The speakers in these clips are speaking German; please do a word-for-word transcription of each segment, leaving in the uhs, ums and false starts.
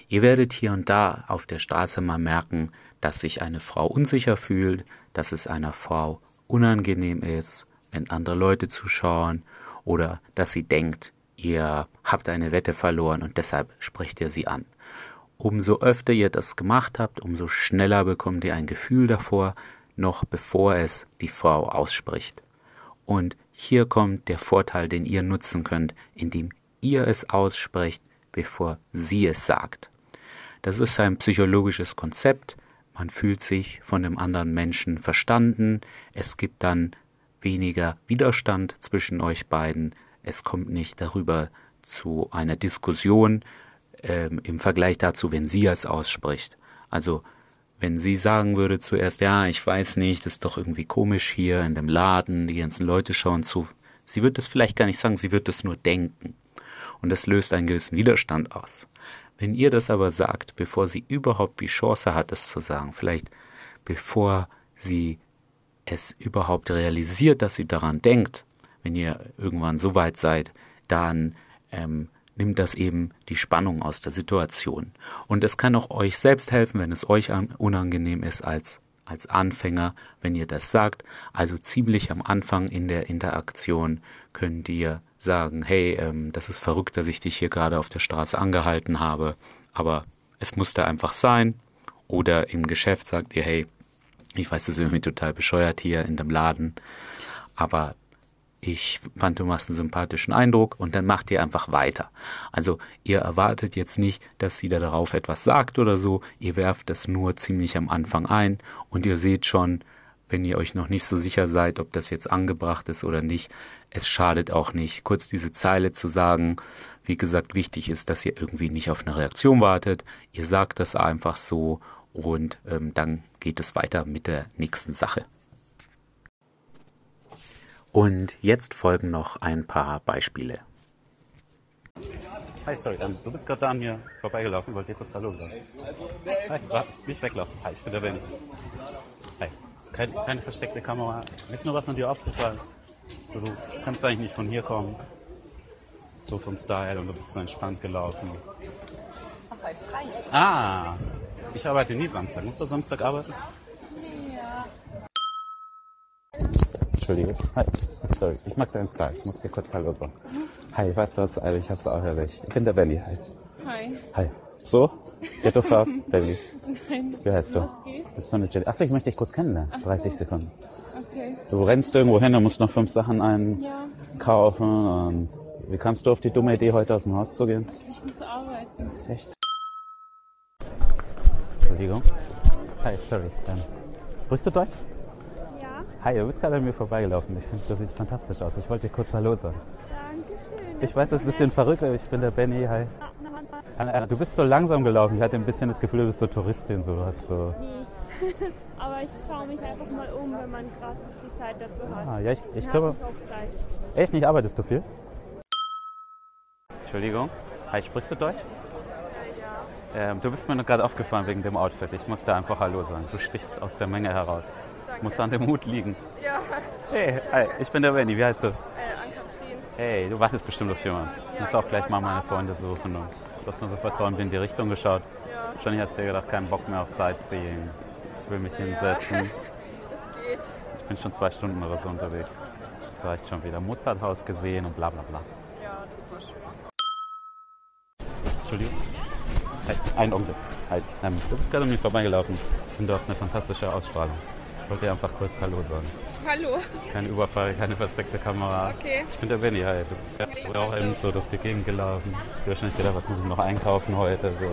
Ihr werdet hier und da auf der Straße mal merken, dass sich eine Frau unsicher fühlt, dass es einer Frau unangenehm ist, wenn andere Leute zuschauen oder dass sie denkt, ihr habt eine Wette verloren und deshalb sprecht ihr sie an. Umso öfter ihr das gemacht habt, umso schneller bekommt ihr ein Gefühl davor, noch bevor es die Frau ausspricht. Und hier kommt der Vorteil, den ihr nutzen könnt, indem ihr es aussprecht, bevor sie es sagt. Das ist ein psychologisches Konzept. Man fühlt sich von dem anderen Menschen verstanden. Es gibt dann weniger Widerstand zwischen euch beiden. Es kommt nicht darüber zu einer Diskussion ähm, im Vergleich dazu, wenn sie es ausspricht. Also wenn sie sagen würde zuerst, ja, ich weiß nicht, das ist doch irgendwie komisch hier in dem Laden, die ganzen Leute schauen zu. Sie wird es vielleicht gar nicht sagen, sie wird es nur denken. Und das löst einen gewissen Widerstand aus. Wenn ihr das aber sagt, bevor sie überhaupt die Chance hat, es zu sagen, vielleicht bevor sie es überhaupt realisiert, dass sie daran denkt, wenn ihr irgendwann so weit seid, dann ähm, nimmt das eben die Spannung aus der Situation. Und es kann auch euch selbst helfen, wenn es euch unangenehm ist als, als Anfänger, wenn ihr das sagt. Also ziemlich am Anfang in der Interaktion könnt ihr sagen, hey, ähm, das ist verrückt, dass ich dich hier gerade auf der Straße angehalten habe, aber es musste einfach sein. Oder im Geschäft sagt ihr, hey, ich weiß, das ist irgendwie total bescheuert hier in dem Laden, aber ich fand, du machst einen sympathischen Eindruck und dann macht ihr einfach weiter. Also ihr erwartet jetzt nicht, dass sie da darauf etwas sagt oder so, ihr werft das nur ziemlich am Anfang ein und ihr seht schon, wenn ihr euch noch nicht so sicher seid, ob das jetzt angebracht ist oder nicht, es schadet auch nicht, kurz diese Zeile zu sagen. Wie gesagt, wichtig ist, dass ihr irgendwie nicht auf eine Reaktion wartet, ihr sagt das einfach so und ähm, dann geht es weiter mit der nächsten Sache. Und jetzt folgen noch ein paar Beispiele. Hi, sorry, ähm, du bist gerade da an mir vorbeigelaufen, wollte dir kurz Hallo sagen. Hi, warte, nicht weglaufen. Hi, ich bin der Benny. Hi, Kein, keine versteckte Kamera. Mir ist nur was an dir aufgefallen. So, du kannst eigentlich nicht von hier kommen. So vom Style und du bist so entspannt gelaufen. Ach, heute frei. Ah, ich arbeite nie Samstag. Musst du Samstag arbeiten? Ja. Entschuldige. Hi. Sorry, ich mag deinen Style. Ich muss dir kurz Hallo sagen. Hi, weißt du was? Also ich hab's auch erreicht. Ich bin der Benny. Hi. Hi. Hi. So? Ghetto Fast? Benny. Nein. Wie heißt du? Was geht? Bist du eine Jelly? Achso, ich möchte dich kurz kennenlernen. dreißig Sekunden. Okay. Du rennst irgendwo hin und musst noch fünf Sachen Ja, einkaufen. Und wie kamst du auf die dumme Idee, heute aus dem Haus zu gehen? ich muss arbeiten. Echt? Entschuldigung. Hi, sorry. Ähm, sprichst du Deutsch? Ja, Hi, du bist gerade an mir vorbeigelaufen. Ich finde, du siehst fantastisch aus. Ich wollte dir kurz Hallo sagen. danke schön. Ich weiß, das ist ein bisschen verrückt, aber ich bin der Benny. Hi. Äh, Du bist so langsam gelaufen. Ich hatte ein bisschen das Gefühl, du bist so Touristin. So. Du hast so Nee. Aber ich schaue mich einfach mal um, wenn man gerade nicht die Zeit dazu hat. ah, ja, ich, ich Dann glaube... hab ich auch Zeit. Echt nicht? Arbeitest du viel? Entschuldigung. Hi, sprichst du Deutsch? Ja. Ähm, du bist mir nur gerade aufgefallen wegen dem Outfit. Ich musste einfach Hallo sagen. Du stichst aus der Menge heraus. Danke. Muss an dem Hut liegen. Ja, Hey, hi, ich bin der Benny. Wie heißt du? äh, Ann-Kathrin. Hey, du wartest bestimmt auf jemanden. Ich muss auch gleich mal meine Freunde suchen. Und du hast nur so vertrauen in die Richtung geschaut. Ja, Wahrscheinlich hast du dir gedacht, keinen Bock mehr auf Sightseeing. Ich will mich hinsetzen. es geht. Ich bin schon zwei Stunden oder so unterwegs. Das reicht schon wieder. Mozarthaus gesehen und bla bla bla. Ja, das war schön. Entschuldigung. Hey, einen Augenblick. Hi. Ähm, du bist gerade an mir vorbeigelaufen und du hast eine fantastische Ausstrahlung. Ich wollte dir einfach kurz Hallo sagen. Hallo. Kein Überfall, keine versteckte Kamera. Okay. Ich bin der Benny, hi. Du bist ja auch eben so durch die Gegend gelaufen. Hast du wahrscheinlich gedacht, was muss ich noch einkaufen heute? So.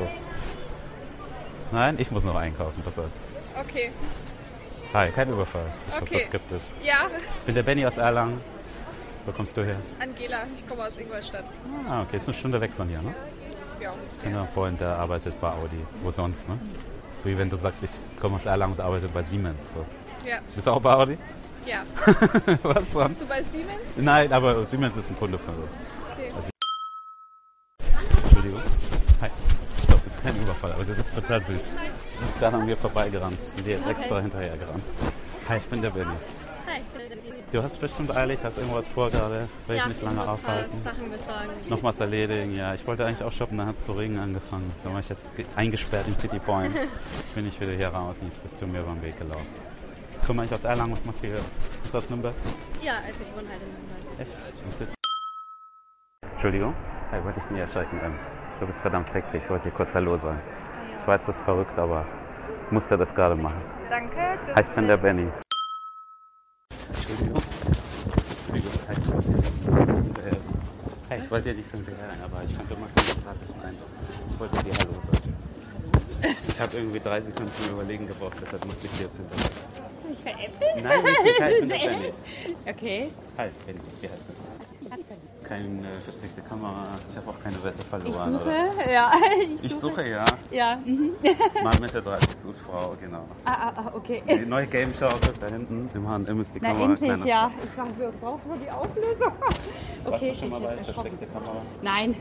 Nein, ich muss noch einkaufen, pass auf. Okay. Hi, kein Überfall. Ich Okay. okay. so skeptisch. Ja, Ich bin der Benny aus Erlangen. Wo kommst du her? Angela, ich komme aus Ingolstadt. Ah, okay, ist eine Stunde weg von hier, ne? Ja, Ich kenne einen Freund, der arbeitet bei Audi. Wo sonst, ne? Das ist wie wenn du sagst, ich komme aus Erlangen und arbeite bei Siemens. So. ja, Bist du auch bei Audi? ja. Was Bist sonst? du bei Siemens? Nein, aber Siemens ist ein Kunde von uns. Okay. Entschuldigung. Hi. Ich glaube, das ist kein Überfall, aber das ist total süß. Du bist gerade an mir vorbeigerannt. Ich bin dir jetzt extra hinterher gerannt. Hi, ich bin der Benny. Hi, ich bin der Benny. Du hast bestimmt eilig, hast irgendwas vor gerade, will ich nicht lange aufhalten. Sachen besorgen. Noch was erledigen, ja. Ich wollte eigentlich auch shoppen, dann hat es zu regnen angefangen. Da war ich jetzt ge- eingesperrt in City Point. Jetzt bin ich wieder hier raus und jetzt bist du mir über den Weg gelaufen. Ich komme eigentlich aus Erlangen, was machst du hier? Bist du aus Nürnberg? Ja, also ich wohne halt in Nürnberg. Echt? Was ist? Entschuldigung? Hey, wollte ich nie erschrecken. Ähm, Du bist verdammt sexy, ich wollte dir kurz Hallo sagen. Ich weiß, das ist verrückt, aber ich musste das gerade machen. Danke. Das Hi, ich bin der Benny. Entschuldigung. Entschuldigung. Hey, hey, ich wollte dir nicht so hinterher, aber ich fand, du machst einen sympathischen Eindruck. Ich wollte dir Hallo sagen. Ich habe irgendwie drei Sekunden zum Überlegen gebraucht, deshalb musste ich dir jetzt hinterher. Hast du mich veräppelt? Nein, ich bin kein- ich bin der Benny. Okay. Hi, Benny, wie heißt du? Das ist keine versteckte Kamera, ich habe auch keine Wette verloren. Ich oder? suche, ja. Ich Ich suche, ja. Ja. Mhm. Mal Mitte dreißig sucht Frau, genau. Ah, ah, ah, okay. Die neue Game Show, guck da hinten im H und M ist die Na Kamera. endlich, kleiner ja. Spaß. Ich war, wir brauchen nur die Auflösung. Warst Okay, du schon mal ich bei bin jetzt erschrocken. versteckte Kamera? Nein.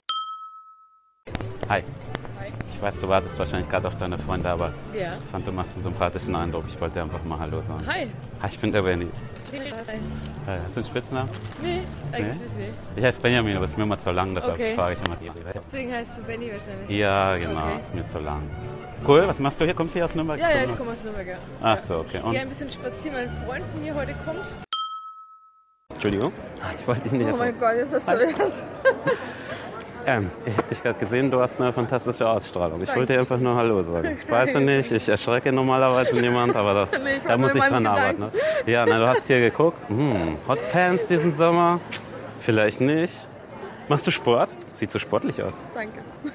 Hi. Ich weiß, du wartest wahrscheinlich gerade auf deine Freunde, aber Ja. ich fand, du machst einen sympathischen Eindruck. Ich wollte dir einfach mal Hallo sagen. Hi. Hi, ich bin der Benny. Hi. Hi, hast du einen Spitznamen? Nee, eigentlich nicht. Ich heiße Benjamin, aber es ist mir immer zu lang, deshalb Okay. frage ich immer die. Deswegen heißt du Benny wahrscheinlich. Ja, genau, Okay. ist mir zu lang. Cool, was machst du hier? Kommst du hier aus Nürnberg? Ja, ja, ich Kommst- komme aus Nürnberg. Ja. Ach so, okay. Ich Und? gehe ein bisschen spazieren, weil ein Freund von mir heute kommt. Entschuldigung? Ich wollte dich nicht Oh mein Gott, jetzt hast du das. Ähm, ich habe dich gerade gesehen, du hast eine fantastische Ausstrahlung. Ich wollte dir einfach nur Hallo sagen. Ich weiß nicht, ich erschrecke normalerweise niemand, aber das, Nee, ich da war muss nur ich in dran meinen arbeiten. Ne? Ja, na, du hast hier geguckt. Hm, Hot Pants diesen Sommer? Vielleicht nicht. Machst du Sport? Sieht so sportlich aus. Danke.